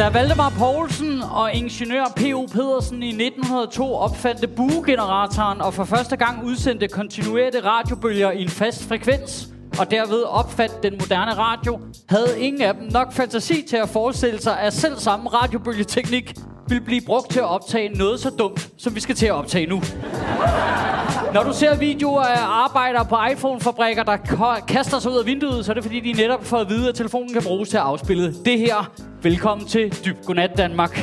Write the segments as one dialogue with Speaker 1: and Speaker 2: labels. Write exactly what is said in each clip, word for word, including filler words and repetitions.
Speaker 1: Da Valdemar Poulsen og ingeniør P O Pedersen i nitten hundrede og to opfandt buegeneratoren og for første gang udsendte kontinuerlige radiobølger i en fast frekvens, og derved opfandt den moderne radio, havde ingen af dem nok fantasi til at forestille sig, at selv samme radiobølgeteknik ville blive brugt til at optage noget så dumt, som vi skal til at optage nu. Når du ser videoer af arbejdere på iPhone-fabrikker, der kaster sig ud af vinduet, så er det fordi, de netop får at vide, at telefonen kan bruges til at afspille det her. Velkommen til Dybt Godnat Danmark.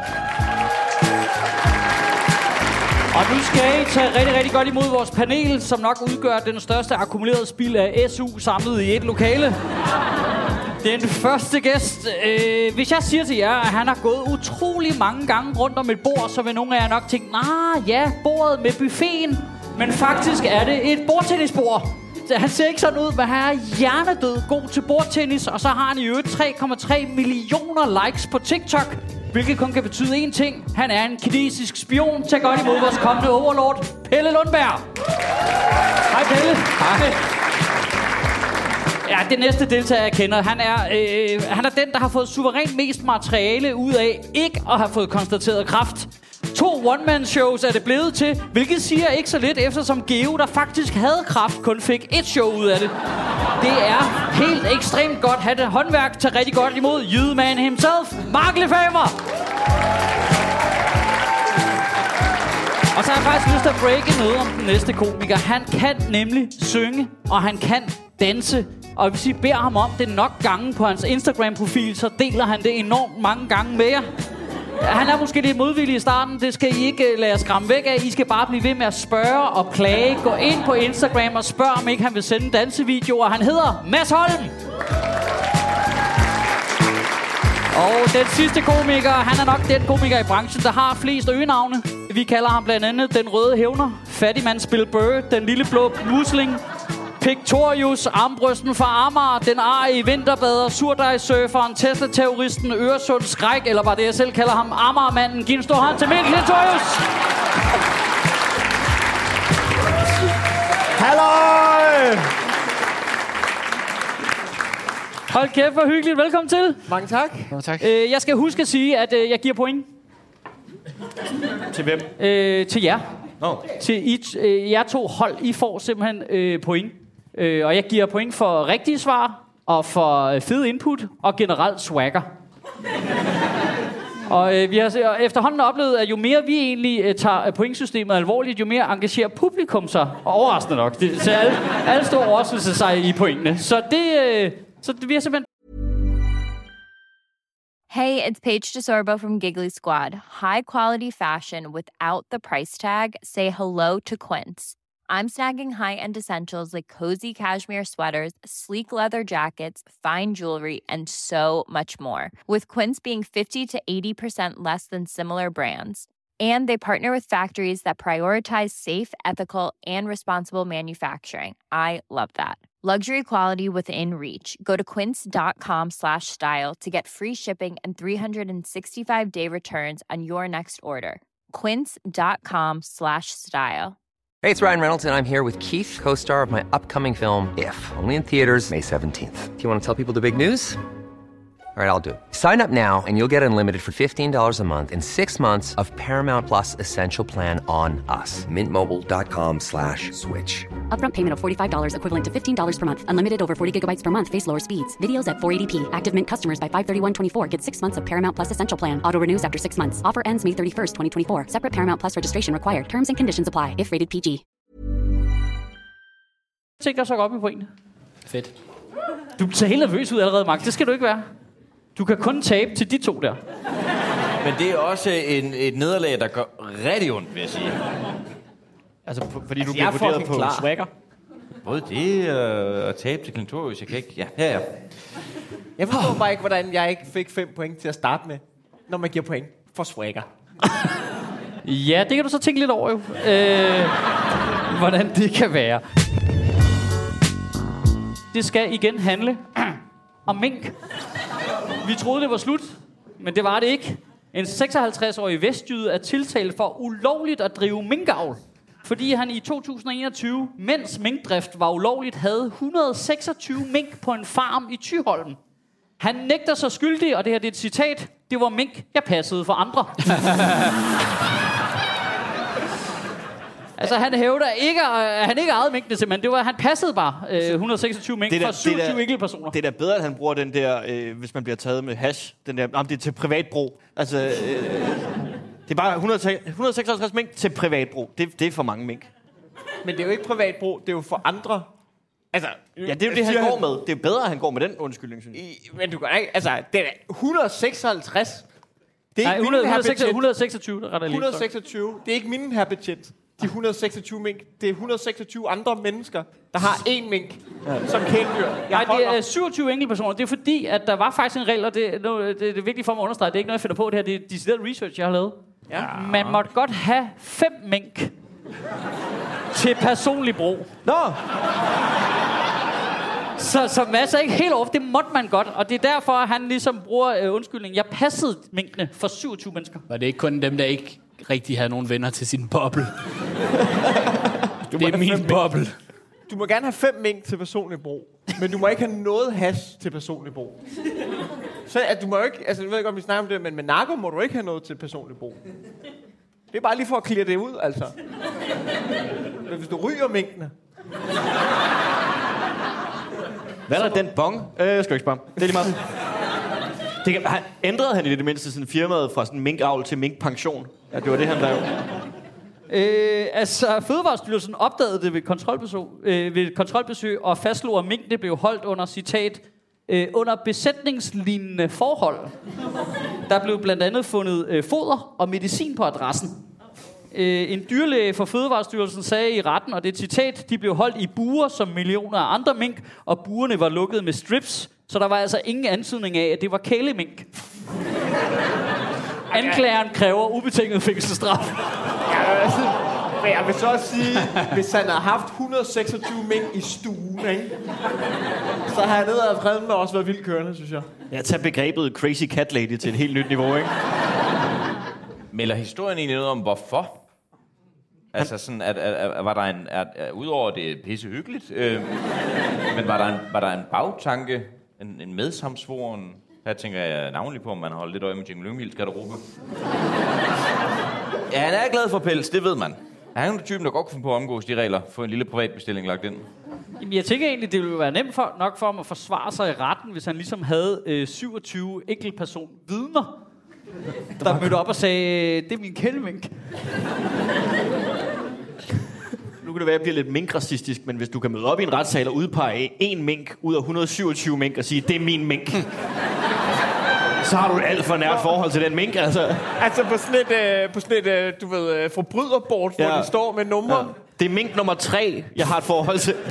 Speaker 1: Og nu skal I tage rigtig, rigtig godt imod vores panel, som nok udgør den største akkumulerede spil af S U samlet i et lokale. Den første gæst, øh, hvis jeg siger til jer, at han har gået utrolig mange gange rundt om et bord, så vil nogle af jer nok tænke, nej, ja, bordet med buffeten. Men faktisk er det et bordtennisbord. Han ser ikke sådan ud, men han er hjernedød god til bordtennis, og så har han i øvrigt tre komma tre millioner likes på TikTok, hvilket kun kan betyde én ting. Han er en kinesisk spion. Tag godt imod vores kommende overlord, Pelle Lundberg. Hej Pelle. Hej. Ja, det næste deltager, jeg kender, han er, øh, han er den, der har fået suverænt mest materiale ud af ikke at have fået konstateret kræft. To one-man-shows er det blevet til, hvilket siger ikke så lidt, eftersom Geo, der faktisk havde kræft, kun fik et show ud af det. Det er helt ekstremt godt. Han er håndværk, tager rigtig godt imod jydeman himself, Mark Lefebvre. Og så har jeg faktisk lyst til at breake noget om den næste komiker. Han kan nemlig synge, og han kan danse. Og hvis I beder ham om det nok gange på hans Instagram-profil, så deler han det enormt mange gange med jer. Han er måske lidt modvillig i starten. Det skal I ikke lade jer skræmme væk af. I skal bare blive ved med at spørge og plage. Gå ind på Instagram og spørg, om ikke han vil sende dansevideoer. Han hedder Mads Holm. Og den sidste komiker, han er nok den komiker i branchen, der har flest øgenavne. Vi kalder ham blandt andet Den Røde Hævner, Fattigmands Bill Burr, Den Lille Blå Musling, Pictorius, Armbrysten fra Amager, Den Arige Vinterbader, Surdejssurferen, Tesla-terroristen, Øresund Skræk, eller bare det, jeg selv kalder ham, Amagermanden. Giv en stor hånd til Mikkel Pictorius!
Speaker 2: Halløj!
Speaker 1: Hold kæft, hvor hyggeligt. Velkommen til.
Speaker 2: Mange tak. Mange tak.
Speaker 1: Øh, jeg skal huske at sige, at øh, jeg giver point.
Speaker 2: Til hvem?
Speaker 1: Øh, til jer.
Speaker 2: No.
Speaker 1: Til I, øh, jer to hold. I får simpelthen øh, point. Øh, og jeg giver point for rigtige svar, og for øh, fed input, og generelt swagger. Og øh, vi har efterhånden oplevet, at jo mere vi egentlig øh, tager pointsystemet alvorligt, jo mere engagerer publikum sig. Og overraskende nok. Det, så alle, alle står overraskelse sig i pointene. Så det, øh, så det vi har simpelthen...
Speaker 3: Hey, it's Paige DeSorbo from Giggly Squad. High quality fashion without the price tag. Say hello to Quince. I'm snagging high-end essentials like cozy cashmere sweaters, sleek leather jackets, fine jewelry, and so much more. With Quince being fifty to eighty percent less than similar brands. And they partner with factories that prioritize safe, ethical, and responsible manufacturing. I love that. Luxury quality within reach. Go to quince.com slash style to get free shipping and three sixty-five day returns on your next order. Quince.com slash style.
Speaker 4: Hey, it's Ryan Reynolds, and I'm here with Keith, co-star of my upcoming film, If, only in theaters May seventeenth. Do you want to tell people the big news? All right, I'll do it. Sign up now and you'll get unlimited for fifteen dollars a month and six months of Paramount Plus Essential Plan on us. Mint Mobile dot com slash switch.
Speaker 5: Upfront payment of forty-five dollars equivalent to fifteen dollars per month. Unlimited over forty gigabytes per month. Face lower speeds. Videos at four eighty p. Active Mint customers by five thirty-one twenty-four get six months of Paramount Plus Essential Plan. Auto renews after six months. Offer ends May thirty-first, twenty twenty-four. Separate Paramount Plus registration required. Terms and conditions apply if rated P G.
Speaker 1: Tænker så op i pointene.
Speaker 2: Fedt.
Speaker 1: Du ser helt nervøs ud allerede, Mark. Det skal du ikke være. Du kan kun tabe til de to der.
Speaker 6: Men det er også en, et nederlag, der gør rigtig ondt, vil jeg sige.
Speaker 2: Altså, fordi
Speaker 1: altså,
Speaker 2: du bliver vurderet på
Speaker 1: klar.
Speaker 2: swagger?
Speaker 6: Både det og uh, tabe til Clintorius, jeg kan ikke... Ja, ja, ja.
Speaker 2: Jeg forstår bare ikke, hvordan jeg ikke fik fem point til at starte med, når man giver point for swagger.
Speaker 1: Ja, det kan du så tænke lidt over, jo. Øh, hvordan det kan være. Det skal igen handle om mink. Vi troede, det var slut, men det var det ikke. En seksoghalvtreds-årig vestjyde er tiltalt for ulovligt at drive minkavl, fordi han i to tusind og enogtyve, mens minkdrift var ulovligt, havde et hundrede og seksogtyve mink på en farm i Thyholm. Han nægter sig skyldig, og det her det er et citat. Det var mink, jeg passede for andre. Altså, han hævder ikke, at han ikke ejede minkene simpelthen. Det var, han passede bare øh, et hundrede og seksogtyve mink fra syvogtyve enkeltpersoner.
Speaker 7: Det er da bedre, at han bruger den der, øh, hvis man bliver taget med hash. Den der, jamen, det er til privatbrug. Altså, øh, det er bare et hundrede og seksoghalvtreds mink til privatbrug. Det, det er for mange mink.
Speaker 2: Men det er jo ikke privatbrug, det er jo for andre. Altså,
Speaker 7: ja, det er jo det, han går med. Det er bedre, at han går med den undskyldning, synes jeg.
Speaker 2: I, men du kan ikke, altså, det er et hundrede og seksoghalvtreds. Det er
Speaker 1: Nej,
Speaker 2: ikke
Speaker 1: hundrede,
Speaker 2: mine,
Speaker 1: hundrede, et hundrede og seksogtyve, der retter
Speaker 2: et hundrede og seksogtyve. Det er ikke mine, herr betjent. De et hundrede og seksogtyve mink. Det er et hundrede og seksogtyve andre mennesker, der har én mink ja. som kæledyr.
Speaker 1: Nej, det er syvogtyve enkeltpersoner. Det er fordi, at der var faktisk en regel, og det, det, det er vigtigt for mig at understrege. Det er ikke noget, jeg finder på det her. Det er decideret research, jeg har lavet. Ja. Man måtte godt have fem mink til personlig brug.
Speaker 7: Nå!
Speaker 1: Så, så Mads er ikke helt off. Det måtte man godt. Og det er derfor, at han ligesom bruger øh, undskyldning. Jeg passede minkene for syvogtyve mennesker.
Speaker 8: Var det ikke kun dem, der ikke rigtig havde nogen venner til sin boble? Det er min boble.
Speaker 2: Du må gerne have fem mink til personlig brug, men du må ikke have noget hash til personlig brug. Så at du må ikke, altså jeg ved ikke om vi snakker om det, men med narko må du ikke have noget til personlig brug. Det er bare lige for at clear det ud, altså. Men hvis du ryger minkene.
Speaker 7: Hvad er der den bong? Øh, jeg skal ikke spørge. Det er lige meget. Det kan, han, ændrede han i det mindste sådan firmaet fra sådan minkavl til minkpension? Ja, det var det, han lavede.
Speaker 1: Øh, altså, Fødevarestyrelsen opdagede det ved kontrolbesøg, øh, ved kontrolbesøg og fastslog, at minkene blev holdt under, citat, øh, under besætningslignende forhold. Der blev blandt andet fundet øh, foder og medicin på adressen. Øh, en dyrlæge fra Fødevarestyrelsen sagde i retten, og det er et citat, de blev holdt i buer som millioner af andre mink, og buerne var lukket med strips, så der var altså ingen antydning af, at det var kælemink. Anklageren kræver ubetinget fængselsstraf.
Speaker 2: Ja, men jeg vil så også sige, hvis han har haft et hundrede og seksogtyve mink i stuen, ikke? Så har han ned ad freden med også været vildt kørende, synes jeg.
Speaker 7: Ja, tag begrebet Crazy Cat Lady til et helt nyt niveau, ikke?
Speaker 6: Melder historien egentlig noget om, hvorfor? Altså sådan, at, at, at, var der en... At, at, udover det er pissehyggeligt, øh, men var der, en, var der en bagtanke, en, en medsamsvoren? Her tænker jeg navnlig på, om man holder lidt øje med Jim Lyngvilds garderobe. Ja, han er glad for pels, det ved man. Er han den typen, der godt kunne finde på at omgås de regler? Få en lille privatbestilling lagt ind?
Speaker 1: Jamen, jeg tænker egentlig, det ville være nemt for, nok for ham at forsvare sig i retten, hvis han ligesom havde øh, syvogtyve enkeltperson vidner, der mødte op og sagde, det er min kælemink.
Speaker 7: Nu kan det være, at jeg bliver lidt minkracistisk, men hvis du kan møde op i en retssal og udpege en mink ud af et hundrede og syvogtyve mink og sige, det er min mink, så har du et alt for nært forhold til den mink, altså.
Speaker 2: Altså på sådan et, øh, på sådan et øh, du ved, øh, forbryderbord, hvor ja. de står med numre. Ja.
Speaker 7: Det er mink nummer tre, jeg har et forhold til.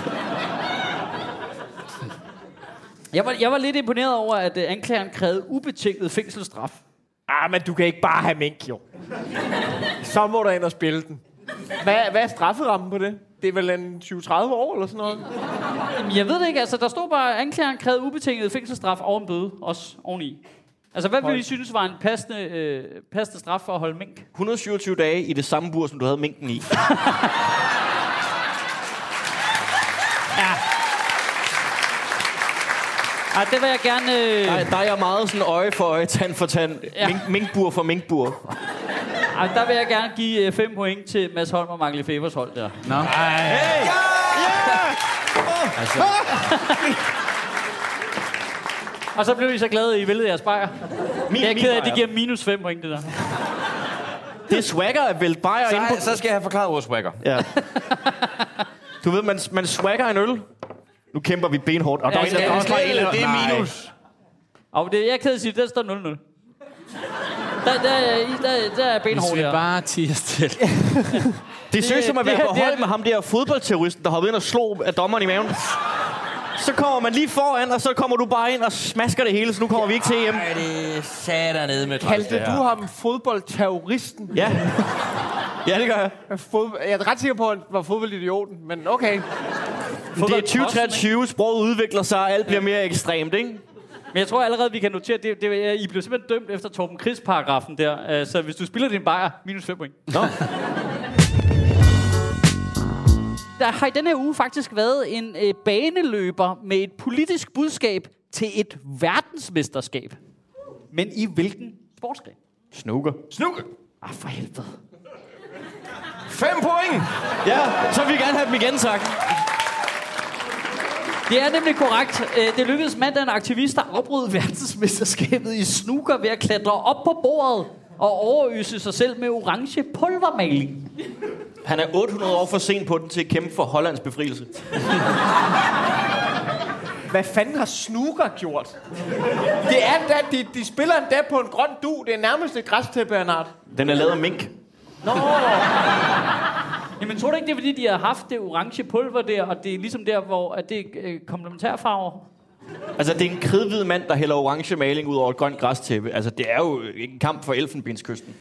Speaker 1: Jeg var, jeg var lidt imponeret over, at øh, anklageren krævede ubetinget fængselsstraf.
Speaker 2: Ah, men du kan ikke bare have mink, jo. Så må du ind og spille den. Hvad, hvad er strafferammen på det? Det er vel en tyve til tredive år eller sådan noget?
Speaker 1: Jamen, jeg ved det ikke. Altså, der stod bare, at anklageren krævede ubetinget fængselsstraf og en bøde også oveni. Altså, hvad ville I synes var en passende, øh, passende straf for at holde mink?
Speaker 7: et hundrede og syvogtyve dage i det samme bur, som du havde minken i.
Speaker 1: Ja. Ej, det vil jeg gerne... Øh...
Speaker 7: Ej, der er jeg meget sådan øje for øje, tand for tand. Ja. Mink, minkbur for minkbur.
Speaker 1: Ej, der vil jeg gerne give fem uh, point til Mads Holm og Mark Lefebvres hold der.
Speaker 8: Nå.
Speaker 7: Hey! Ja!
Speaker 1: Yeah! Altså. Og så blev I så glade, I væltede jeres bajer. Min, jeg er ked af, at det giver minus fem point, det der.
Speaker 7: Det er swagger at vælte bajer
Speaker 6: så,
Speaker 7: ind på.
Speaker 6: Så skal jeg have forklaret vores swagger.
Speaker 7: Ja. Du ved, man, man swagger en øl. Nu kæmper vi benhårdt. Og ja, der er en, der også
Speaker 6: det, det er minus.
Speaker 1: Og det, jeg er ked af at sige, der står nul nul. Der, der, der, der er benhårdt her.
Speaker 8: Vi skal bare tige til.
Speaker 7: Det er seriøst som at være på hold med ham der fodboldterroristen, der hoppede ind og slog af dommeren i maven. Så kommer man lige foran, og så kommer du bare ind og smasker det hele, så nu kommer vi ikke til hjem.
Speaker 6: Nej, det er sat nede med
Speaker 2: kaldte du ham fodboldterroristen?
Speaker 7: Ja. Ja, det gør jeg.
Speaker 2: Fod... Jeg er ret sikker på, at han var fodboldidioten, men okay.
Speaker 7: Det er tyve treogtyve, sproget udvikler sig, og alt bliver mere ekstremt, ikke?
Speaker 1: Men jeg tror allerede, vi kan notere, det, det, I blev simpelthen dømt efter Torben Chris-paragrafen der. Uh, så hvis du spiller din bajer, minus fem point. Nå. Der har i denne her uge faktisk været en øh, baneløber med et politisk budskab til et verdensmesterskab. Men i hvilken sportsgren?
Speaker 7: Snooker.
Speaker 6: Snooker.
Speaker 1: Ah, for helvede.
Speaker 6: Fem point!
Speaker 7: Ja, så vil vi gerne have dem igen, tak.
Speaker 1: Det er nemlig korrekt. Det lykkedes mandagen aktivister at afbryde verdensmesterskabet i snooker ved at klatre op på bordet og overøse sig selv med orange pulvermaling.
Speaker 7: Han er otte hundrede år for sent på den til at kæmpe for Hollands befrielse.
Speaker 2: Hvad fanden har snooker gjort? Det er da, de, de spiller endda på en grøn du. Det er nærmest et græstæppe, Bernard.
Speaker 7: Den er lavet af mink.
Speaker 2: Nå.
Speaker 1: Jamen, tror du ikke, det er, fordi de har haft det orange pulver der, og det er ligesom der, hvor at det er øh, komplementærfarver?
Speaker 7: Altså, det er en kridhvid mand, der hælder orange maling ud over et grønt græstæppe. Altså, det er jo en kamp for Elfenbenskysten.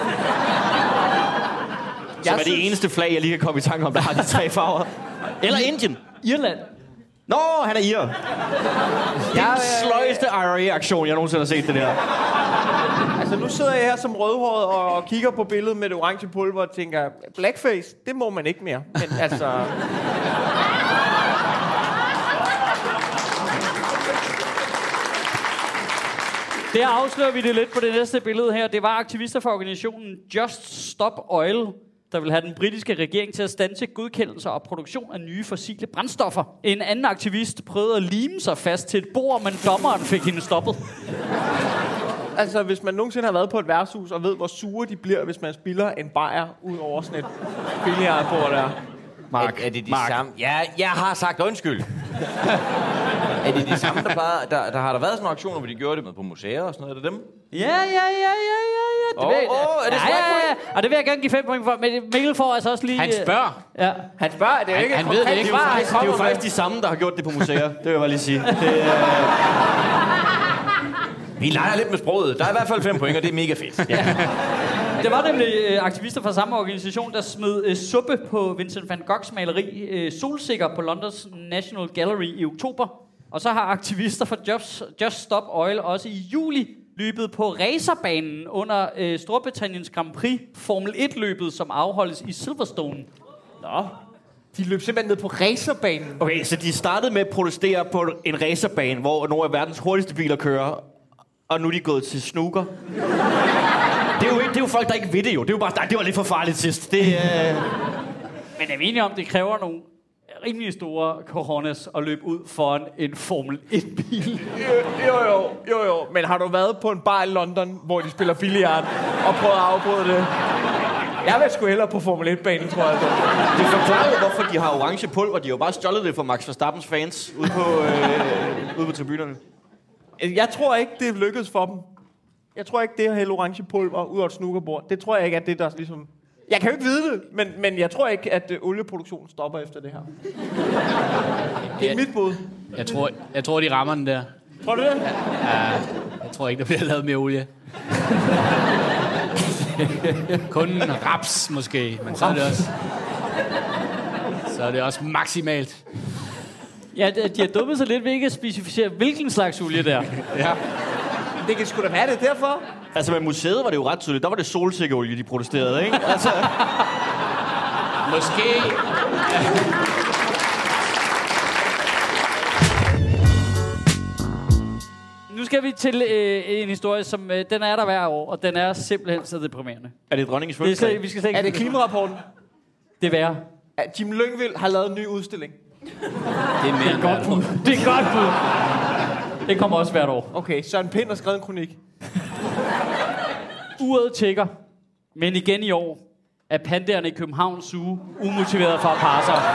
Speaker 7: Som er synes... det eneste flag, jeg lige kan komme i tanke om, der har de tre farver. Eller Indien.
Speaker 1: Irland.
Speaker 7: Nå, han er irer. Det er den sløjeste I R A-aktion, jeg nogensinde har set, det der.
Speaker 2: Altså, nu sidder jeg her som rødhåret og kigger på billedet med det orange pulver og tænker, blackface, det må man ikke mere. Men altså...
Speaker 1: Der afslører vi det lidt på det næste billede her. Det var aktivister fra organisationen Just Stop Oil, der vil have den britiske regering til at standse godkendelser og produktion af nye fossile brændstoffer. En anden aktivist prøvede at lime sig fast til et bord, men dommeren fik hende stoppet.
Speaker 2: Altså, hvis man nogensinde har været på et værtshus og ved, hvor sure de bliver, hvis man spiller en bajer ud over sådan et billiardbord der.
Speaker 6: Mark. Er, er det de Mark. Samme? Ja, jeg har sagt undskyld. Er det de samme, der plejer... Der, der har der været sådan nogle aktioner, hvor de gjorde det med på museer og sådan noget? Er det dem?
Speaker 1: Ja, ja, ja, ja, ja, ja.
Speaker 6: Åh, oh, oh, er det
Speaker 1: ja, ja, ja. Og det vil jeg gerne give fem point for. Men Mikkel får altså også lige...
Speaker 8: Han spørger.
Speaker 1: Ja.
Speaker 2: Han spørger, det er jo ikke...
Speaker 8: Han, han ved det ikke.
Speaker 7: Det er jo faktisk, det er jo faktisk de samme, der har gjort det på museer. Det vil jeg bare lige sige. Det, øh...
Speaker 6: Vi leger lidt med sproget. Der er i hvert fald fem point, og det er mega fedt. Ja.
Speaker 1: Det var nemlig øh, aktivister fra samme organisation, der smed øh, suppe på Vincent van Goghs maleri øh, Solsikker på Londons National Gallery i oktober. Og så har aktivister fra Just, Just Stop Oil også i juli løbet på racerbanen under øh, Storbritanniens Grand Prix Formel et-løbet, som afholdes i Silverstone.
Speaker 2: Nå, de løb simpelthen ned på racerbanen.
Speaker 7: Okay, så de startede med at protestere på en racerbane, hvor nogle af verdens hurtigste biler kører, og nu er de gået til snooker. Det er, jo ikke, det er jo folk, der ikke ved det jo. Det er jo bare, det var lidt for farligt sidst. Det, øh...
Speaker 1: Men er vi enige om, det kræver nogle rimelig store cojones at løbe ud foran en Formel et-bil?
Speaker 2: Jo, jo, jo, jo, jo. Men har du været på en bar i London, hvor de spiller billiard, og prøvet at afbryde det? Jeg vil sgu hellere på Formel et-banen, tror jeg.
Speaker 7: Det forklarer jo, hvorfor de har orange pulver. De har jo bare stjålet det fra Max Verstappens fans ude på, øh, ude på tribunerne.
Speaker 2: Jeg tror ikke, det er lykkedes for dem. Jeg tror ikke, det at hælde orange pulver ud af et snookerbord, det tror jeg ikke, at det der ligesom... Jeg kan jo ikke vide det, men, men jeg tror ikke, at uh, olieproduktionen stopper efter det her. Det er
Speaker 8: Ja.
Speaker 2: mit bud.
Speaker 8: Jeg tror, jeg tror, de rammer den der.
Speaker 2: Tror du det?
Speaker 8: Ja, jeg tror ikke, der bliver lavet mere olie. Kun raps måske, men så er det også... Så er det også maksimalt.
Speaker 1: Ja, de har dummet sig lidt ved ikke at specificere, hvilken slags olie det er.
Speaker 8: Ja.
Speaker 2: Det kan sgu da være det derfor.
Speaker 7: Altså med museet var det jo ret tydeligt. Der var det solsikkeolie, de protesterede, ikke? Altså...
Speaker 8: Måske...
Speaker 1: Nu skal vi til øh, en historie, som øh, den er der hver år, og den er simpelthen så deprimerende.
Speaker 7: Er det dronningens
Speaker 1: Det er slet,
Speaker 7: fødselsdag?
Speaker 1: vi skal slet ikke...
Speaker 2: Er det klimarapporten?
Speaker 1: Det er værre.
Speaker 2: At Jim Lyngvild har lavet en ny udstilling.
Speaker 8: Det er mere end
Speaker 1: Godt bud. Det er godt bud. Det kommer også hvert år.
Speaker 2: Okay, Søren Pind har skrevet en kronik.
Speaker 1: Uret tækker, men igen i år er pandaerne i Københavns Zoo umotiveret for at parre sig.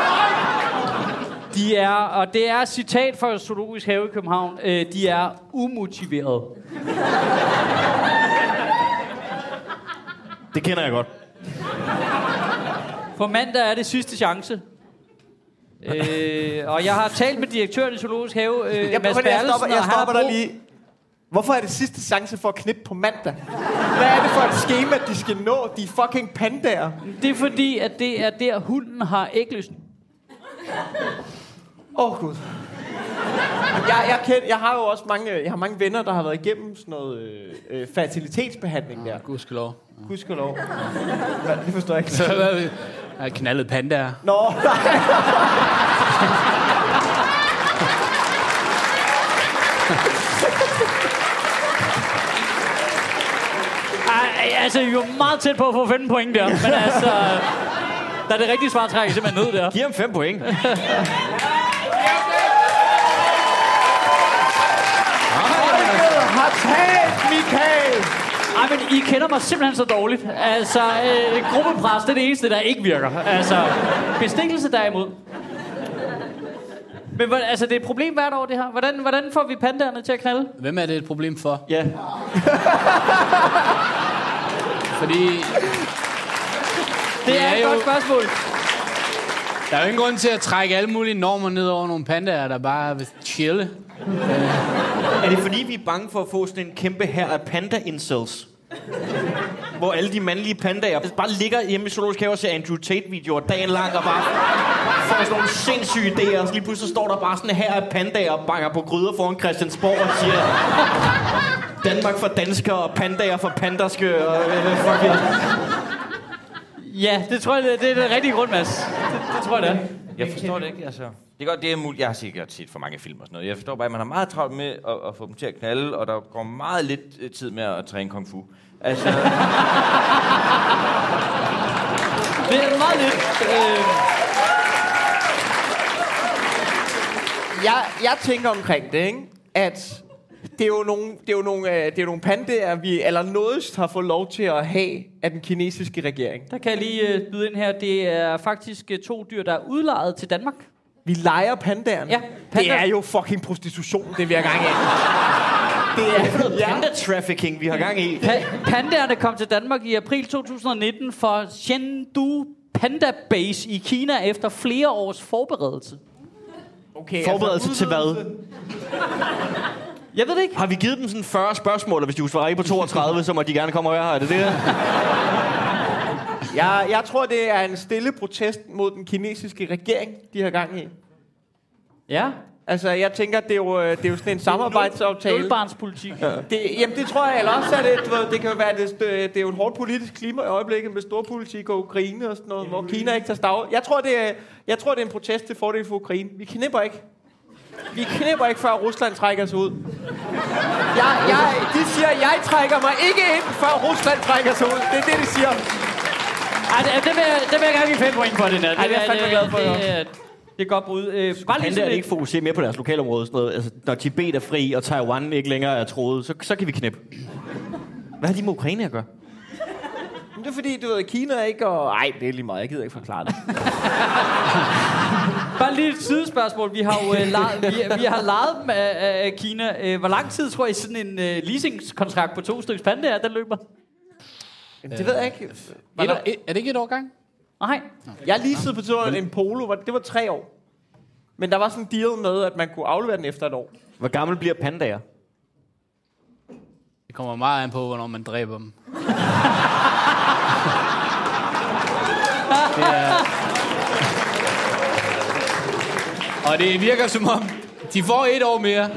Speaker 1: De er, og det er et citat fra Zoologisk Have i København, øh, de er umotiveret.
Speaker 7: Det kender jeg godt.
Speaker 1: På mandag er det sidste chance. Øh, og jeg har talt med direktøren i Zoologisk Have, øh,
Speaker 2: Jeg,
Speaker 1: Mads
Speaker 2: jeg
Speaker 1: Bertelsen,
Speaker 2: stopper, jeg
Speaker 1: og han
Speaker 2: stopper
Speaker 1: har
Speaker 2: dig
Speaker 1: brug-
Speaker 2: lige. Hvorfor er det sidste chance for at knippe på mandag? Hvad er det for et schema, de skal nå? De fucking pandaer.
Speaker 1: Det er fordi, at det er der, hunden har æglysten.
Speaker 2: Åh, oh, Gud. Jeg, jeg, kend, jeg har jo også mange, jeg har mange venner, der har været igennem sådan noget øh, øh, fertilitetsbehandling der.
Speaker 8: Gudskelov.
Speaker 2: Gudskelov. Hvad, det forstår jeg ikke.
Speaker 8: Så jeg har knaldet pandaer.
Speaker 2: Nå,
Speaker 1: altså, I er jo meget tæt på at få femten point der. Men altså, der er det rigtige svar, trækker simpelthen ned der.
Speaker 7: Giv ham fem point.
Speaker 2: Har talt, Michael!
Speaker 1: Ej, men I kender mig simpelthen så dårligt. Altså, øh, gruppepres, det er det eneste, der ikke virker. Altså, bestikkelse derimod. Men altså, det er et problem hvert år, det her. Hvordan, hvordan får vi pandaerne til at knalde?
Speaker 8: Hvem er det et problem for?
Speaker 7: Ja.
Speaker 8: Fordi...
Speaker 1: Det er, er et jo... godt spørgsmål.
Speaker 8: Der er jo ingen grund til at trække alle mulige normer ned over nogle pandaer, der bare vil chille.
Speaker 7: Er det fordi, vi er bange for at få sådan en kæmpe her af panda-incels? Hvor alle de mandlige pandaer bare ligger hjemme i Zoologisk Have og ser Andrew Tate-videoer dagen lang og bare får sådan nogle sindssyge idéer. Og så lige pludselig står der bare sådan her af pandaer og banker på gryder foran Christiansborg og siger Danmark for danskere og pandaer for panderske og hvad fuck er.
Speaker 1: Ja, det tror jeg, det er det rigtige grund, Mads. Det, det tror jeg, det er.
Speaker 6: Jeg forstår det ikke, altså. Det er godt, det er muligt. Jeg har sikkert set for mange film og sådan noget. Jeg forstår bare, at man har meget travlt med at, at få dem til at knalde, og der går meget lidt tid med at træne kung fu. Altså...
Speaker 1: det er meget lidt. Øh...
Speaker 2: Jeg, jeg tænker omkring det, ikke? At det er jo nogle, det er jo nogle, det er jo nogle pandaer, vi allernådigst har fået lov til at have af den kinesiske regering.
Speaker 1: Der kan jeg lige uh, byde ind her. Det er faktisk uh, to dyr, der er udlejet til Danmark.
Speaker 2: Vi leger pandaerne?
Speaker 1: Ja.
Speaker 2: Panda. Det er jo fucking prostitution, det vi har gang i.
Speaker 7: Det er ja. Panda-trafficking, vi har gang i.
Speaker 1: Pa- pandaerne kom til Danmark i april to tusind nitten for Chengdu Panda Base i Kina efter flere års forberedelse.
Speaker 7: Okay, forberedelse altså, til hvad?
Speaker 1: Jeg ved det ikke.
Speaker 7: Har vi givet dem sådan fyrre spørgsmål, og hvis de kunne svare i på toogtredive, så må de gerne komme og være her? Er det det?
Speaker 2: jeg, jeg tror, det er en stille protest mod den kinesiske regering, de har gang i.
Speaker 1: Ja.
Speaker 2: Altså, jeg tænker, det er jo, det er jo sådan en samarbejdsaftale.
Speaker 1: Nulbarnspolitik.
Speaker 2: Ja. Det, jamen, det tror jeg eller også, at det, det kan jo være, det, det er jo et hårdt politisk klima i øjeblikket med storpolitik og Ukraine og sådan noget, hvor Kina ikke tager stav. Jeg tror, det er, jeg tror, det er en protest til fordel for Ukraine. Vi knipper ikke. Vi knipper ikke, før Rusland trækker sig ud. Jeg, jeg, de siger, at jeg trækker mig ikke ind, før Rusland trækker sig ud. Det er det, de siger.
Speaker 1: Ej, det, det, vil, jeg, det vil jeg gerne give fem point for, det der.
Speaker 2: Ej, det er jeg fandme glad for,
Speaker 1: det, det, det er godt brud. Øh,
Speaker 7: bare lige sådan ikke fokusere mere på deres lokalområde. Sådan noget. Altså, når Tibet er fri, og Taiwan ikke længere er troet, så, så kan vi knippe. Hvad har de med Ukraine at gøre?
Speaker 2: Det er fordi, du ved, Kina er ikke og... Ej, det er lige meget. Jeg gider ikke forklare det.
Speaker 1: Bare lige et sidespørgsmål. Vi har jo uh, lejet, vi, vi har lejet dem af, af Kina. Uh, hvor lang tid tror I sådan en uh, leasingskontrakt på to stykker pandaer, den løber?
Speaker 2: Jamen, det ved jeg ikke.
Speaker 8: Et år, et, er det ikke et år gang?
Speaker 1: Nej.
Speaker 2: Jeg leasede på turen en Polo. Det var tre år. Men der var sådan en deal med, at man kunne aflevere den efter et år.
Speaker 7: Hvor gammel bliver pandaer?
Speaker 8: Det kommer meget an på, hvornår man dræber dem. Det er... Og det virker som om, de får et år mere.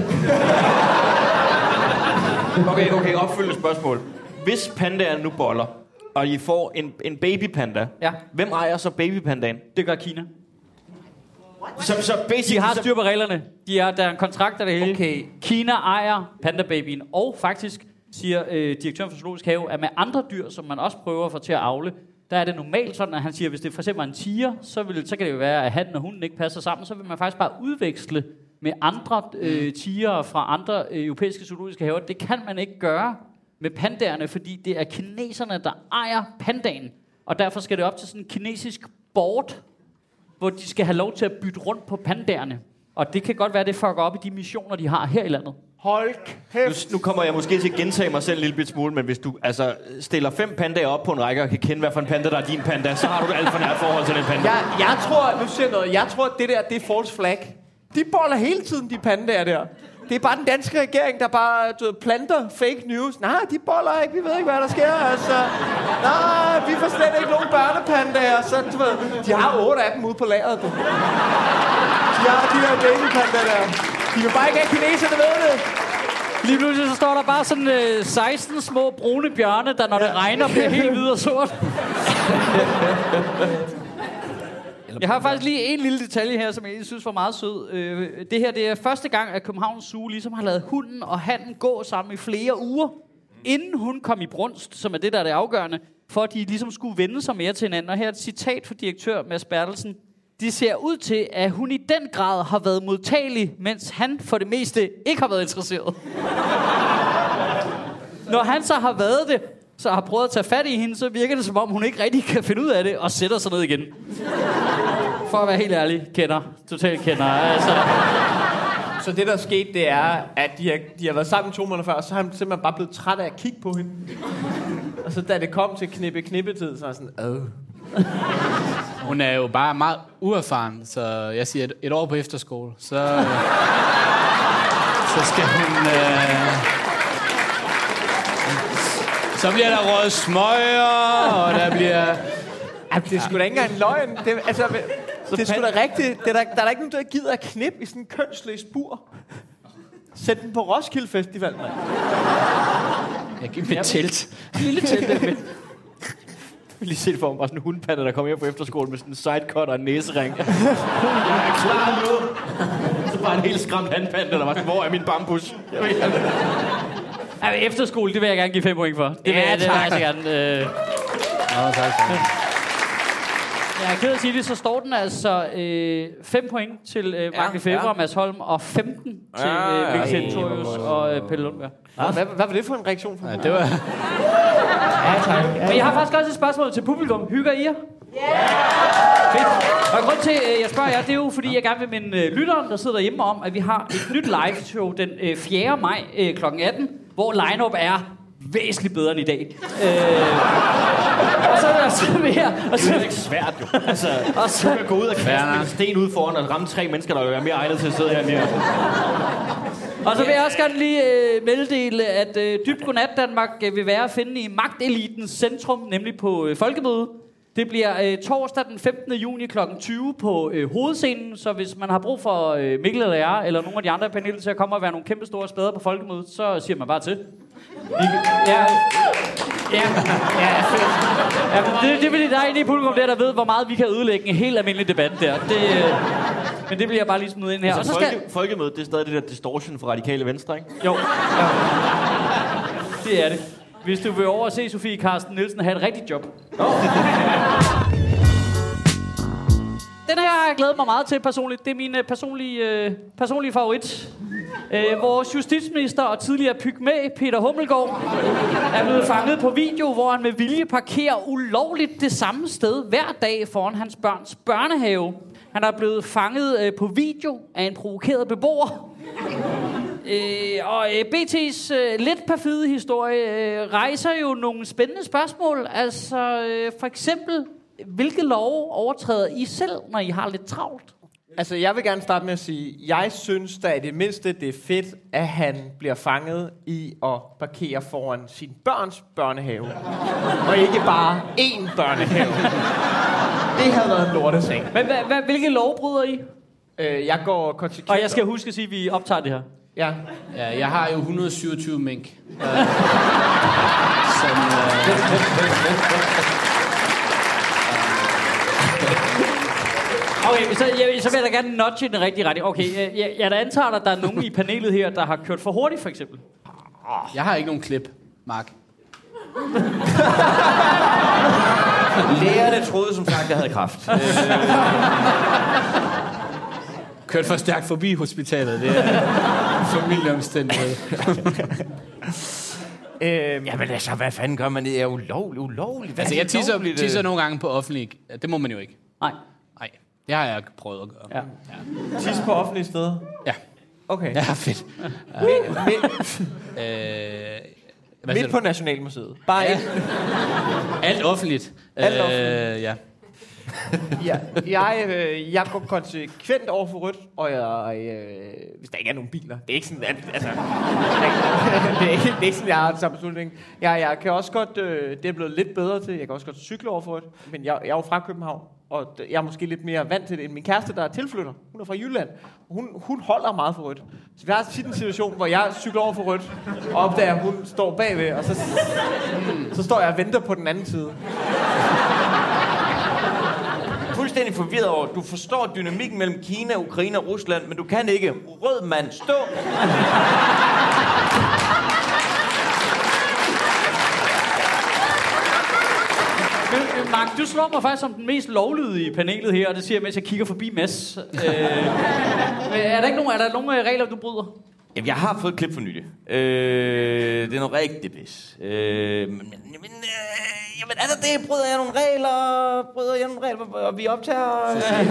Speaker 7: Okay, okay, opfølgende spørgsmål. Hvis pandaer nu boller, og I får en, en babypanda,
Speaker 1: ja.
Speaker 7: Hvem ejer så babypandaen?
Speaker 1: Det gør Kina.
Speaker 7: Så, så basic,
Speaker 1: de har styr på reglerne. De er, der er en kontrakt af det hele.
Speaker 2: Okay.
Speaker 1: Kina ejer pandababyen, og faktisk siger øh, direktøren for Zoologisk Have, at med andre dyr, som man også prøver at få til at avle, der er det normalt sådan, at han siger, at hvis det for eksempel er en tiger, så, vil, så kan det jo være, at hatten og hunden ikke passer sammen, så vil man faktisk bare udveksle med andre øh, tiger fra andre øh, europæiske zoologiske haver. Det kan man ikke gøre med pandaerne, fordi det er kineserne, der ejer pandaen. Og derfor skal det op til sådan en kinesisk board, hvor de skal have lov til at bytte rundt på pandaerne. Og det kan godt være, det fucker op i de missioner, de har her i landet.
Speaker 2: Hold kæft.
Speaker 7: Nu, nu kommer jeg måske til at gentage mig selv en lille bit smule, men hvis du altså, stiller fem pandaer op på en række og kan kende, hvad for en panda, der er din panda, så har du alt for nært forhold til den panda.
Speaker 2: Jeg, jeg tror, nu siger noget, jeg tror, at det der, det er false flag. De boller hele tiden, de pandaer der. Det er bare den danske regering, der bare du ved, planter fake news. Nej, de boller ikke, vi ved ikke, hvad der sker. Altså, nej, vi får slet ikke nogen børnepandaer. Så, du ved, de har otte af dem ude på lageret. Du. De har de der babypandaer der. De vil bare ikke have kineserne, ved det.
Speaker 1: Lige pludselig så står der bare sådan øh, seksten små brune bjørne, der når det regner bliver helt hvid og sort. Jeg har faktisk lige en lille detalje her, som jeg synes var meget sød. Øh, det her det er første gang, at Københavns Zoo ligesom har lavet hunden og hannen gå sammen i flere uger. inden hun kom i brunst, som er det, der er det afgørende, for at de ligesom skulle vende sig mere til hinanden. Og her er et citat fra direktør Mads Bertelsen. De ser ud til, at hun i den grad har været modtagelig, mens han for det meste ikke har været interesseret. Når han så har været det, så har prøvet at tage fat i hende, så virker det som om, hun ikke rigtig kan finde ud af det, og sætter sig ned igen. For at være helt ærlig, kender. Totalt kender. Altså.
Speaker 2: Så det, der er sket, det er, at de har, de har været sammen to måneder før, og så har han simpelthen bare blevet træt af at kigge på hende. Og så da det kom til knippe-knippetid, så var sådan, øh.
Speaker 8: Hun er jo bare meget uerfaren, så jeg siger et, et år på efterskole, så, øh, så skal hun... Øh, så bliver der røget smøger, og der bliver...
Speaker 2: Ja, det er sgu da ikke engang en løgn. Det, altså, det er sgu da rigtigt. Det er der, der er der ikke nogen, der gider at knippe i sådan en kønsløs bur. Sæt den på Roskilde Festival, mand.
Speaker 8: Jeg giver mit telt.
Speaker 7: Lille telt med. Jeg vil lige se det for mig, bare sådan en hundpande, der kommer hjem på efterskolen med sådan en sidecut og en næsering. Jeg er klar nu. Så bare en helt skræmt handpande, der var sådan, hvor er min bambus? Jeg ved,
Speaker 1: Ja, efterskole, det vil jeg gerne give fem point for. Det vil
Speaker 2: Ja,
Speaker 1: jeg, det vil jeg
Speaker 2: tak.
Speaker 1: gerne. Øh...
Speaker 8: Nå, tak, tak.
Speaker 1: Jeg er ked af at sige det, så står den altså øh, fem point til øh, Mark Lefebvre
Speaker 6: ja.
Speaker 1: og Mads Holm, og femten til
Speaker 6: Ja,
Speaker 1: øh,
Speaker 6: ja,
Speaker 1: Mikkel
Speaker 6: ja.
Speaker 1: Centurius og øh, Pelle Lundberg.
Speaker 2: Ah, hvad, hvad var det for en reaktion fra
Speaker 8: Ja, det var...
Speaker 2: Ja, tak.
Speaker 1: Men jeg har faktisk også et spørgsmål til publikum. Hygger I jer? Ja! Fedt. Og grund til, at jeg spørger jer, det er jo, fordi jeg gerne vil minde øh, lytteren, der sidder derhjemme om, at vi har et nyt live show den øh, fjerde maj øh, klokken atten, hvor line-up er væsentligt bedre end i dag. Øh, og så vil jeg så mere... Og så,
Speaker 7: det er ikke svært, jo. Altså,
Speaker 1: og så,
Speaker 7: du kan gå ud og kaste en sten ud foran og ramme tre mennesker, der vil være mere egnet til at sidde her mere.
Speaker 1: Og så vil jeg også gerne lige øh, meddele, at øh, Dybt Godnat Danmark øh, vil være at finde i magtelitens centrum, nemlig på øh, Folkemødet. Det bliver øh, torsdag den femtende juni klokken tyve på øh, hovedscenen, så hvis man har brug for øh, Mikkel eller jeg, eller nogle af de andre paneler til at komme og være nogle kæmpe store spader på Folkemødet, så siger man bare til. Ja, ja, ja, ja det, det vil der inde i publikum der, der ved, hvor meget vi kan ødelægge en helt almindelig debat der. Det, øh, men det bliver jeg bare lige smidt ind her.
Speaker 7: Altså,
Speaker 1: og så skal...
Speaker 7: folke, folkemødet, det er stadig det der distortion fra radikale venstre, ikke?
Speaker 1: Jo, ja. Det er det. Hvis du vil over at se Sofie Carsten Nielsen have et rigtigt job. Oh. Den her har jeg glædet mig meget til personligt. Det er min uh, personlige, uh, personlige favorit. Uh, vores justitsminister og tidligere pygmæ, Peter Hummelgaard, er blevet fanget på video, hvor han med vilje parkerer ulovligt det samme sted hver dag foran hans børns børnehave. Han er blevet fanget uh, på video af en provokeret beboer. Øh, og øh, B T's øh, lidt perfide historie øh, rejser jo nogle spændende spørgsmål. Altså øh, for eksempel, hvilke love overtræder I selv, når I har lidt travlt?
Speaker 2: Altså, jeg vil gerne starte med at sige, jeg synes da i det mindste, det er fedt, at han bliver fanget i at parkere foran sin børns børnehave. Og ikke bare én børnehave. Det havde været en lortesag.
Speaker 1: Men hva, hva, hvilke love bryder I?
Speaker 2: Øh, jeg går konsekvent...
Speaker 1: Og jeg skal huske at sige, at vi optager det her.
Speaker 2: Ja.
Speaker 8: Ja, jeg har jo et hundrede og syvogtyve mink. Øh, som, øh,
Speaker 1: Okay, så, jeg, så vil jeg da gerne nudge i den rigtige retning. Okay, jeg, jeg, jeg da antager, at der er nogen i panelet her, der har kørt for hurtigt, for eksempel.
Speaker 8: jeg har ikke nogen klip, Mark.
Speaker 6: Lægerne troede som sagt, jeg havde kræft.
Speaker 8: Kørt for stærkt forbi hospitalet. Det er familieomstændighed.
Speaker 2: Øhm,
Speaker 6: Jamen altså, hvad fanden gør man? Det er ulovligt, ulovligt. Hvad
Speaker 8: Altså,
Speaker 6: er
Speaker 8: jeg tisser,
Speaker 6: ulovligt?
Speaker 8: tisser nogle gange på offentlig. Det må man jo ikke.
Speaker 1: Nej.
Speaker 8: Nej, det har jeg prøvet at gøre.
Speaker 1: Ja.
Speaker 2: tis på offentlige steder.
Speaker 8: Ja.
Speaker 2: Okay.
Speaker 8: Ja, fedt.
Speaker 2: Midt, midt,
Speaker 8: Øh, hvad siger
Speaker 2: midt på
Speaker 8: du?
Speaker 2: Nationalmuseet. Bare
Speaker 8: Ja.
Speaker 2: ja.
Speaker 8: Alt offentligt.
Speaker 2: Alt
Speaker 8: Øh,
Speaker 2: offentligt.
Speaker 8: ja.
Speaker 2: Ja, jeg, øh, jeg går konsekvent over for rødt, og jeg, øh, hvis der ikke er nogen biler. Det er ikke sådan, at, altså, det er ikke, det er ikke sådan, jeg har den samme beslutning. Jeg, jeg kan også godt, øh, det er blevet lidt bedre til, jeg kan også godt cykle over for rødt, men jeg, jeg er jo fra København, og jeg er måske lidt mere vant til det end min kæreste, der er tilflytter. Hun er fra Jylland, og hun, hun holder meget for rødt. Så vi har tit en situation, hvor jeg cykler over for rødt, og opdager, at hun står bagved, og så, så står jeg og venter på den anden side.
Speaker 6: Fuldstændig forvirret over, du forstår dynamikken mellem Kina, Ukraine og Rusland, men du kan ikke. Rød mand, stå!
Speaker 1: Mark, du slår mig faktisk som den mest lovlydige i panelet her, og det siger jeg, mens jeg kigger forbi Mads. Øh, er der ikke nogen, er der nogen regler, du bryder?
Speaker 6: Jamen, jeg har fået et klip for nylig. Øh, det er noget rigtig pis. Øh, men, men, øh, jamen, altså det, bryder jeg nogle regler, bryder jeg nogle regler, og vi optager...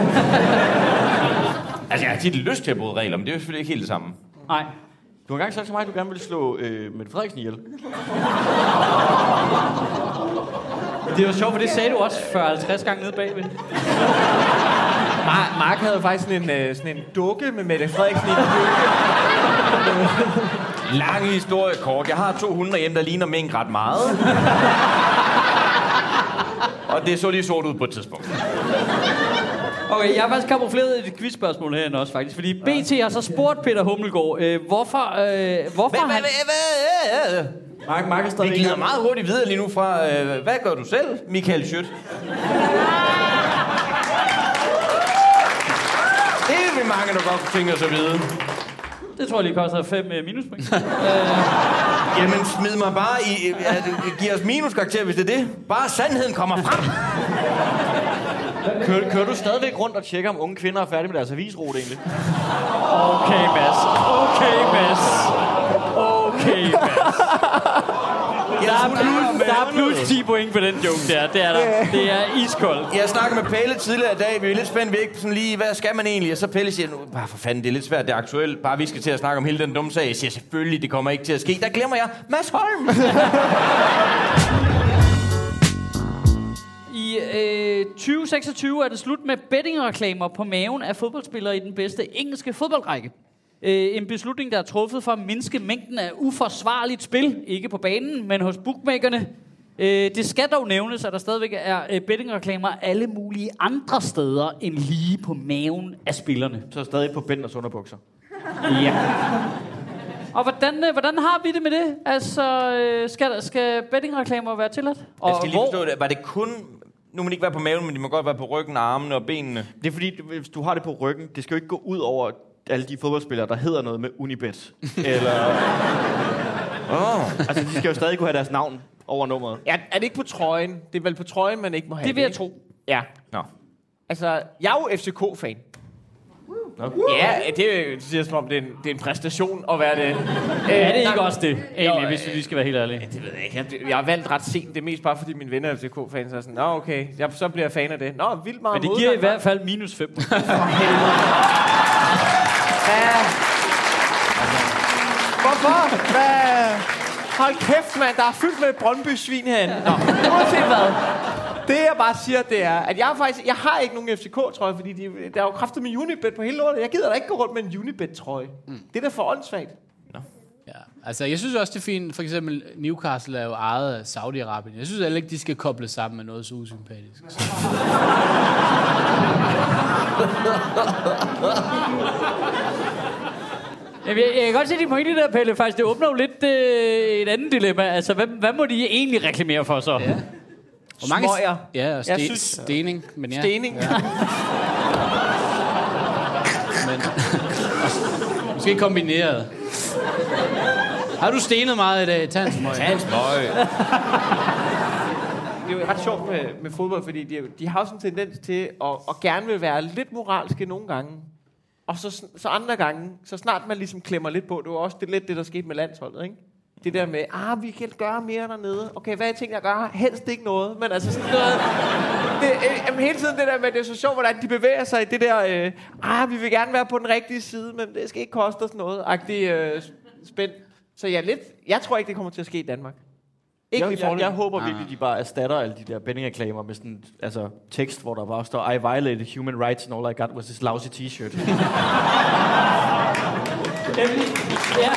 Speaker 6: altså, jeg har tit lyst til at bryde regler, men det er jo selvfølgelig ikke helt det samme.
Speaker 1: Nej.
Speaker 7: Du har engang sagt til mig, at du gerne ville slå øh, Mette Frederiksen ihjel.
Speaker 1: Det var sjovt, for det sagde du også fyrre halvtreds gange nede bagved.
Speaker 2: Mar- Mark havde faktisk sådan en, øh, sådan en dukke med Mette Frederiksen i en
Speaker 6: Lang historie kort. Jeg har to hunde hjemme, der ligner mink ret meget. Og det så lige sort ud på et tidspunkt.
Speaker 1: Okay, jeg har faktisk kamufleret et quizspørgsmål herinde også, faktisk. Fordi B T har så spurgt Peter Hummelgaard, øh, hvorfor, øh, hvorfor
Speaker 6: Hvad,
Speaker 1: han...
Speaker 6: hvad, hvad, hvad?
Speaker 7: Mark, Mark er stadig
Speaker 6: Vi glider meget hurtigt videre lige nu fra, øh, hvad gør du selv, Michael Schødt? Det er vi mange, der godt kunne tænke os at vide.
Speaker 1: Det tror jeg lige koster fem uh, minuspoint.
Speaker 6: Jamen, smid mig bare i... Uh, giv os minuskarakter, hvis det er det. Bare sandheden kommer frem.
Speaker 7: Kører, kører du stadigvæk rundt og tjekker, om unge kvinder er færdige med deres avisrute, egentlig?
Speaker 1: Okay, Mads. Okay, Mads. Okay, Mads. Der er, plus, der er plus ti point på den joke der. Det er der. Det er iskoldt.
Speaker 6: Jeg snakkede med Pelle tidligere i dag. Vi er lidt spændt væk. Sådan lige, hvad skal man egentlig? Og så Pelle siger, nu, bare for fanden, det er lidt svært, det er aktuelt. Bare vi skal til at snakke om hele den dumme sag. Jeg siger, selvfølgelig, det kommer ikke til at ske. Der glemmer jeg Mads Holm.
Speaker 1: I øh, tyve seksogtyve er det slut med bettingreklamer på maven af fodboldspillere i den bedste engelske fodboldrække. Øh, en beslutning, der er truffet for at mindske mængden af uforsvarligt spil, ikke på banen, men hos bookmakerne. Øh, det skal dog nævnes, at der stadigvæk er øh, bettingreklamer alle mulige andre steder end lige på maven af spillerne.
Speaker 7: Så stadig på Benders underbukser.
Speaker 1: Ja. Og hvordan, øh, hvordan har vi det med det? Altså, øh, skal, skal bettingreklamer være tilladt? Og
Speaker 6: Jeg skal lige
Speaker 1: hvor?
Speaker 6: forstå det. Var det kun... Nu må de ikke være på maven, men de må godt være på ryggen, armene og benene.
Speaker 7: Det er fordi, hvis du har det på ryggen, det skal jo ikke gå ud over alle de fodboldspillere, der hedder noget med Unibet. Eller...
Speaker 6: Oh.
Speaker 7: Altså, de skal jo stadig kunne have deres navn over nummeret.
Speaker 2: Er, er det ikke på trøjen? Det er vel på trøjen, man ikke må have
Speaker 1: Det vil jeg
Speaker 2: ikke?
Speaker 1: tro.
Speaker 2: Ja.
Speaker 6: Nå.
Speaker 2: Altså, jeg er jo F C K-fan.
Speaker 6: Nå.
Speaker 2: Ja, det siger som om, det er en, det er en præstation at være det.
Speaker 1: Er det ikke også det, egentlig,
Speaker 2: Jo,
Speaker 1: hvis vi skal være helt ærlige?
Speaker 2: Det ved jeg ikke. Jeg, jeg har valgt ret sent. Det er mest bare, fordi mine venner er F C K-fans. Så er sådan, nå okay, jeg, så bliver jeg fan af det. Nå, vildt meget.
Speaker 1: Men det giver i hvert fald minus fem.
Speaker 2: Ja. Hvorfor? Hvad? Hold kæft, mand. Der er fyldt med Brøndby-svin herinde. Nå, uanset hvad. Det jeg bare siger, det er, at jeg faktisk, jeg har ikke nogen F C K-trøje, fordi de, der er jo kraftet med Unibet på hele lortet. Jeg gider da ikke gå rundt med en Unibet-trøje. Mm. Det er da for åndssvagt.
Speaker 8: Ja, altså jeg synes også, det er fint. For eksempel Newcastle er jo ejet af Saudi-Arabien. Jeg synes heller ikke, de skal kobles sammen med noget så usympatisk.
Speaker 1: Jeg, jeg kan godt se din pointe der, Pelle. Faktisk, det åbner jo lidt øh, et andet dilemma. Altså, hvad, hvad må de egentlig reklamere for så?
Speaker 8: Ja. Hvor mange
Speaker 2: Smøger.
Speaker 8: Ja, og sten,
Speaker 2: Jeg synes-
Speaker 8: stening. Men ja.
Speaker 2: Stening. Ja.
Speaker 8: Men, måske kombineret. Har du stenet meget i dag? Tag en smøg.
Speaker 6: Tag en smøg.
Speaker 2: Det er jo ret sjovt med, med fodbold, fordi de, de har også en tendens til at, at gerne vil være lidt moralske nogle gange. Og så, så andre gange, så snart man ligesom klemmer lidt på, det var også det, lidt det, der skete med landsholdet, ikke? Det der med, ah, vi kan gøre mere dernede. Okay, hvad er jeg tænkt at gøre? Helst ikke noget, men altså sådan noget. Det, øh, jamen, hele tiden det der med, det er så sjovt, hvordan de bevæger sig i det der, øh, ah, vi vil gerne være på den rigtige side, men det skal ikke koste os noget. Agtig øh, spændt. Så jeg, lidt, jeg tror ikke, det kommer til at ske i Danmark. Ikke
Speaker 7: Jeg,
Speaker 2: i
Speaker 7: jeg,
Speaker 2: forhold
Speaker 7: jeg håber virkelig, de bare erstatter alle de der bettingreklamer med sådan altså, tekst, hvor der bare står, I violated human rights and all I got was this lousy t-shirt.
Speaker 1: Ja.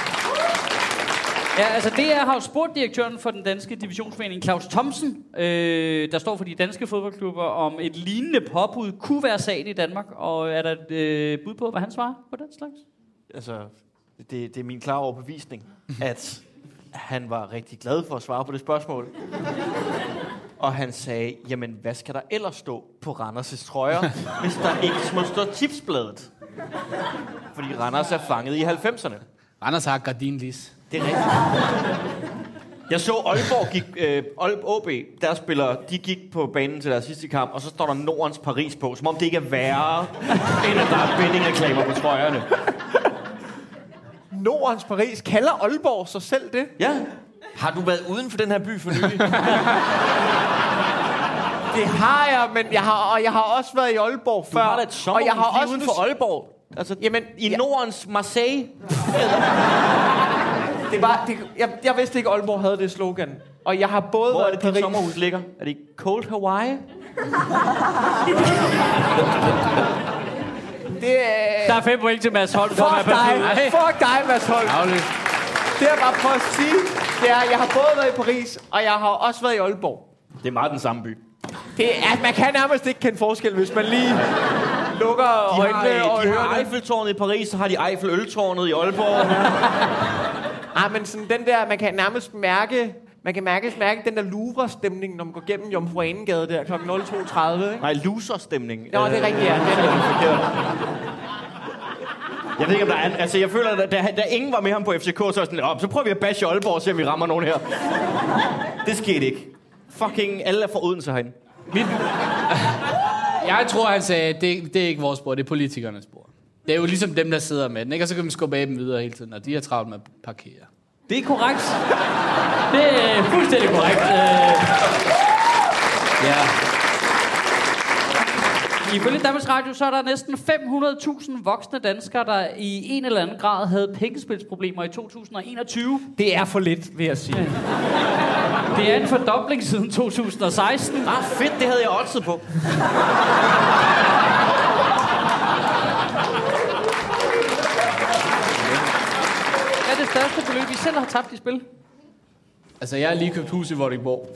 Speaker 1: Ja, altså det er har jo spurgt direktøren for den danske divisionsforening, Claus Thomsen, øh, der står for de danske fodboldklubber, om et lignende påbud kunne være sagen i Danmark. Og er der et øh, bud på, hvad han svarer på den slags?
Speaker 7: Altså, det, det er min klare overbevisning, at han var rigtig glad for at svare på det spørgsmål. Og han sagde, jamen hvad skal der ellers stå på Randers' trøjer, hvis der ikke må stå tipsbladet? Fordi Randers er fanget i halvfemserne.
Speaker 8: Randers har gardinlis.
Speaker 7: Det er rigtigt. Jeg så Aalborg gik, øh, Aalborg A B, der spiller, de gik på banen til deres sidste kamp, og så står der Nordens Paris på, som om det ikke er værre, end at der er bettingreklamer på trøjerne.
Speaker 2: Nordens Paris. Kalder Aalborg sig selv det?
Speaker 7: Ja.
Speaker 6: Har du været uden for den her by for nylig?
Speaker 2: Det har jeg, men jeg har, og jeg har også været i Aalborg før.
Speaker 7: Du har da et sommerhus
Speaker 2: og jeg har
Speaker 7: lige
Speaker 2: også
Speaker 7: uden for Aalborg. Altså,
Speaker 2: jamen,
Speaker 7: i
Speaker 2: ja.
Speaker 7: Nordens Marseille.
Speaker 2: Det var, det, jeg, jeg vidste ikke, at Aalborg havde det slogan. Og jeg har både
Speaker 7: Hvor er
Speaker 2: været
Speaker 7: det,
Speaker 2: i
Speaker 7: dit
Speaker 2: Paris.
Speaker 7: sommerhus ligger? Er det i Cold Hawaii?
Speaker 2: Det er...
Speaker 1: Der er fem point til Mads Holm. for at
Speaker 2: Fuck
Speaker 1: være
Speaker 2: dig,
Speaker 1: perfekt.
Speaker 2: fuck dig, Mads Holm.
Speaker 8: Aflyt.
Speaker 2: Det jeg bare prøver at sige, det er, at jeg har både været i Paris, og jeg har også været i Aalborg.
Speaker 7: Det er meget den samme by.
Speaker 2: Det er, man kan nærmest ikke kende forskel, hvis man lige lukker
Speaker 7: De har,
Speaker 2: øjnene og
Speaker 7: de har
Speaker 2: ørerne.
Speaker 7: Eiffeltårnet i Paris, så har de Eiffel-øltårnet i Aalborg.
Speaker 2: Ah, men sådan den der, man kan nærmest mærke, man kan mærke, mærke den der Louvre-stemning, når man går gennem Jomfru Anegade der klokken nul to tredive. Ikke?
Speaker 7: Nej, loser-stemning.
Speaker 2: Nå, det er rigtigt, ja. Det er rigtigt.
Speaker 7: Jeg ved ikke, om der er... Altså, jeg føler, at da, da ingen var med ham på F C K, så var jeg sådan, oh, så prøver vi at bashe Aalborg og se, om vi rammer nogen her. Det skete ikke. Fucking alle er fra Odense herinde.
Speaker 8: Mit... Jeg tror, han sagde, det, det er ikke vores spor, det er politikernes spor. Det er jo ligesom dem, der sidder med den, ikke? Og så kan man skubbe af dem videre hele tiden, og de har travlt med at parkere.
Speaker 1: Det er korrekt. Det er fuldstændig korrekt. Øh, ja. Ifølge Danmarks Radio, så er der næsten fem hundrede tusind voksne danskere, der i en eller anden grad havde pengespilsproblemer i to tusind og enogtyve.
Speaker 2: Det er for lidt, vil jeg sige.
Speaker 1: Det er en fordobling siden to tusind og seksten.
Speaker 7: Ah, fedt, det havde jeg oddset på.
Speaker 1: Hvad er det største beløb, I selv har tabt i spil?
Speaker 8: Altså, jeg har lige købt hus i Vordingborg.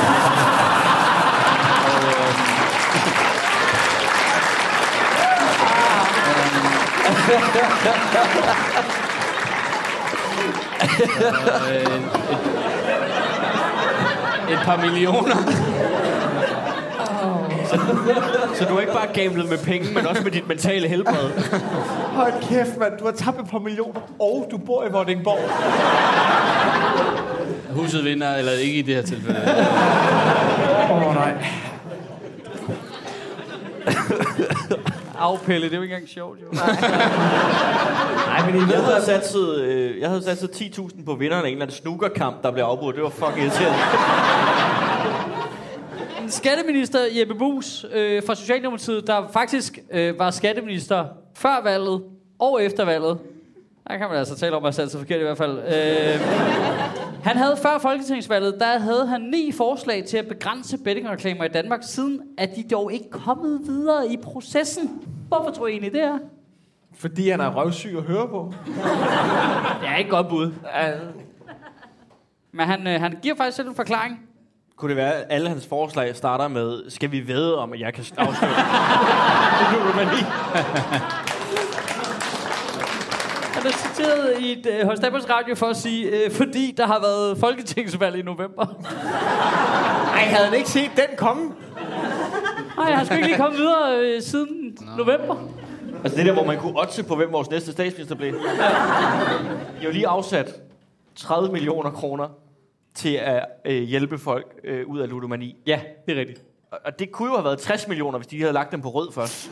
Speaker 8: og, øh, et, et par millioner.
Speaker 7: Så, så du har ikke bare gamblet med penge, men også med dit mentale helbred.
Speaker 2: Hold kæft, mand. Du har tabt et par millioner, og du bor i Vordingborg.
Speaker 8: Huset vinder, eller ikke i det her tilfælde.
Speaker 2: Åh, oh, nej.
Speaker 1: Afpille, det er jo ikke engang sjovt, jo.
Speaker 2: Nej, men I ved,
Speaker 7: Jeg havde
Speaker 2: at...
Speaker 7: satset, øh, jeg havde satset ti tusind på vinderen af en eller anden snookerkamp, der blev afbrudt. Det var fucking irriterende.
Speaker 1: Skatteminister Jeppe Bruus øh, fra Socialdemokratiet, der faktisk øh, var skatteminister før valget og efter valget. Der kan man altså tale om, at jeg sig forkert i hvert fald. Øh, han havde før folketingsvalget, der havde han ni forslag til at begrænse bettingreklamer i Danmark, siden at de dog ikke kommet videre i processen. Hvorfor tror I egentlig det er?
Speaker 2: Fordi han er røvsyg at høre på.
Speaker 1: Det er ikke godt bud. Men han, øh, han giver faktisk selv en forklaring.
Speaker 7: Kunne det være, at alle hans forslag starter med, skal vi vædde om, at jeg kan afsløre?
Speaker 1: Han er citeret i et, øh, hos Danmarks Radio for at sige, øh, fordi der har været folketingsvalg i november.
Speaker 2: Ej, havde han ikke set den komme?
Speaker 1: Nej, jeg har sgu ikke lige kommet videre øh, siden no. november.
Speaker 7: Altså det der, hvor man kunne oddse på, hvem vores næste statsminister blev. Jeg har jo lige afsat tredive millioner kroner til at øh, hjælpe folk øh, ud af ludomani.
Speaker 1: Ja, det er rigtigt.
Speaker 7: Og, og det kunne jo have været tres millioner, hvis de havde lagt dem på rød først.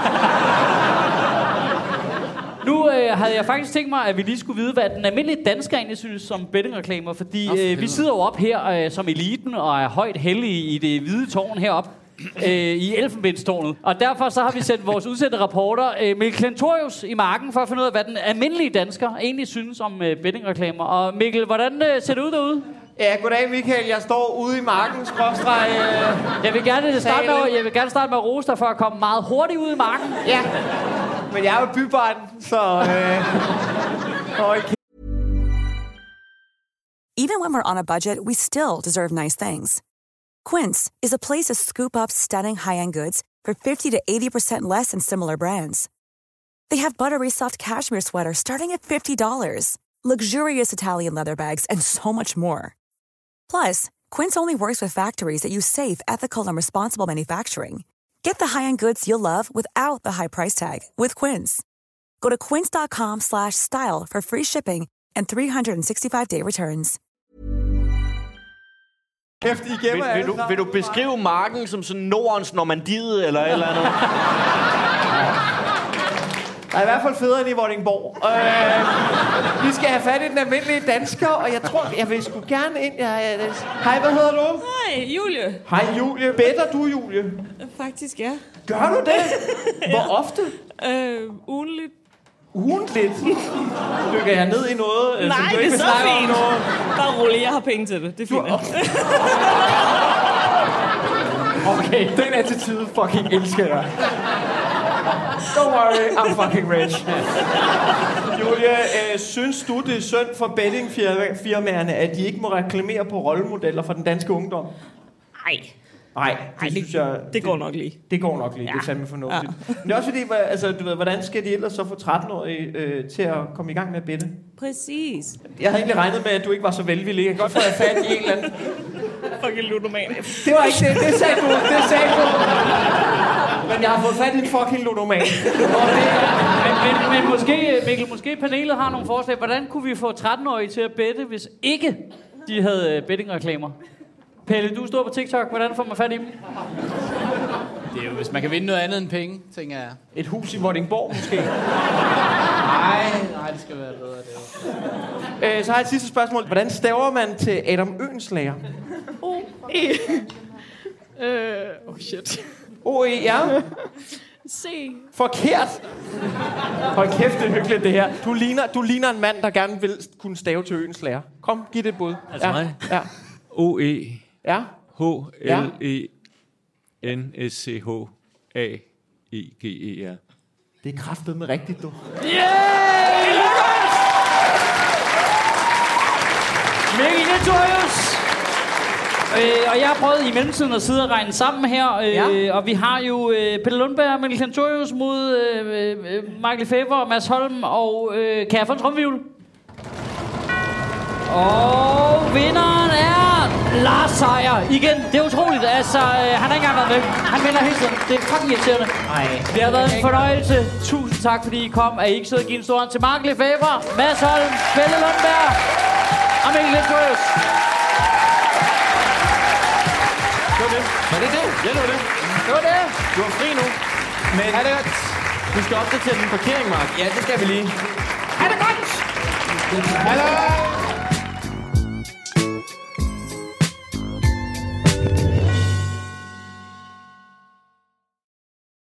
Speaker 1: Nu øh, havde jeg faktisk tænkt mig, at vi lige skulle vide, hvad den almindelige dansker egentlig synes om bettingreklamer. Fordi øh, vi sidder jo op her øh, som eliten og er højt hellige i det hvide tårn heroppe. Øh, I Elfenbenstårnet. Og derfor så har vi sendt vores udsendte rapporter øh, Mikkel Klentorius i marken for at finde ud af, hvad den almindelige dansker egentlig synes om øh, bettingreklamer. Og Mikkel, hvordan øh, ser det ud derude?
Speaker 2: Ja, goddag Michael. Jeg står ude i marken, skråstreg. Øh,
Speaker 1: jeg, vil gerne starte med, jeg vil gerne starte med at rose dig for at komme meget hurtigt ud i marken.
Speaker 2: Ja, men jeg er jo bybarn, så... Øh, okay.
Speaker 9: Even when we're on a budget, we still deserve nice things. Quince is a place to scoop up stunning high-end goods for fifty to eighty percent less than similar brands. They have buttery soft cashmere sweaters starting at fifty dollars, luxurious Italian leather bags, and so much more. Plus, Quince only works with factories that use safe, ethical, and responsible manufacturing. Get the high-end goods you'll love without the high price tag with Quince. Go to quince.com slash style for free shipping and three sixty-five day returns.
Speaker 2: Kæft, I gemmer
Speaker 7: Vil, vil, du, vil du beskrive marken som sådan Nordens Normandiet eller et eller andet?
Speaker 2: Der er i hvert fald federe end i Vordingborg. Øh, vi skal have fat i den almindelige dansker, og jeg tror, jeg vil sgu gerne ind. Jeg, jeg, hej, hvad hedder du?
Speaker 10: Hej, Julie.
Speaker 2: Hej, Julie. Bedder du, Julie?
Speaker 10: Faktisk, ja.
Speaker 2: Gør du det? Hvor ofte?
Speaker 10: Øh, ugenligt.
Speaker 2: Ugentligt? Dykker jeg ned i noget?
Speaker 10: Nej,
Speaker 2: som du
Speaker 10: det
Speaker 2: ikke
Speaker 10: er så
Speaker 2: vil
Speaker 10: fint. Bare rolig, jeg har penge til det. Det er fint.
Speaker 2: Okay, den attitude fucking elsker jeg. Don't worry, I'm fucking rich. Julia, øh, synes du, det er synd for bettingfirmaerne, at de ikke må reklamere på rollemodeller for den danske ungdom?
Speaker 10: Nej.
Speaker 2: Nej, det,
Speaker 10: Ej,
Speaker 2: synes jeg...
Speaker 10: Det går nok lige.
Speaker 2: Det går nok lige, ja. Det er fandme fornuftigt. Ja. Men det er også fordi, altså, du ved, hvordan skal de ellers så få tretten-årige øh, til at komme i gang med at bette?
Speaker 10: Præcis.
Speaker 2: Jeg havde egentlig regnet med, at du ikke var så velvillig. Jeg kan godt få at fat i en eller anden...
Speaker 10: Fucking ludoman.
Speaker 2: Det var ikke det, det sagde du, det sagde du. Men jeg har fået fat i en fucking ludoman.
Speaker 1: men, men, men måske, Mikkel, måske panelet har nogle forslag. Hvordan kunne vi få tretten-årige til at bette, hvis ikke de havde bettingreklamer? Pelle, du står på TikTok. Hvordan får man fat i dem?
Speaker 8: Det er jo, hvis man kan vinde noget andet end penge, tænker jeg.
Speaker 2: Et hus i Vordingborg, måske?
Speaker 8: Nej, nej, det skal være bedre, det
Speaker 2: øh, Så har jeg et sidste spørgsmål. Hvordan staver man til Adam Oehlenschläger?
Speaker 10: O-E. Øh, oh shit.
Speaker 2: O-E, ja.
Speaker 10: C.
Speaker 2: Forkert. Hold kæft, det er hyggeligt, det her. Du ligner, du ligner en mand, der gerne vil kunne stave til Oehlenschläger. Kom, giv det et bud.
Speaker 11: Altså
Speaker 2: ja.
Speaker 11: mig?
Speaker 2: Ja.
Speaker 11: O-E.
Speaker 2: Ja.
Speaker 11: H L E N S C H A E G E R.
Speaker 2: Det er kraftedeme rigtigt, du.
Speaker 1: Yeah! Mikkel Klintorius! Øh, og jeg har prøvet i mellemtiden at sidde og regne sammen her, øh, ja. Og vi har jo øh, Pelle Lundberg og Mikkel Klintorius mod øh, øh, Michael Lefebvre og Mads Holm, og øh, kan jeg få en tromvivl? Og vinderen er Lars Seier. Igen, det er utroligt. Altså, øh, han har ikke engang været med. Han vinder hele tiden. Det er fucking irriterende.
Speaker 2: Ej,
Speaker 1: det har været en fornøjelse. Tusind tak, fordi I kom. Er I ikke søde at give en stor hånd til Michael Lefebvre, Mads Holm, Pelle Lundberg og Mikkel Klintorius.
Speaker 7: Det var det.
Speaker 2: Var det det?
Speaker 7: Ja, det var det.
Speaker 1: Det var det.
Speaker 7: Du er fri nu. Men
Speaker 2: er det godt?
Speaker 7: Du skal opdatere din parkering, Mark.
Speaker 2: Ja, det skal vi lige.
Speaker 1: Er det godt?
Speaker 2: Hallo!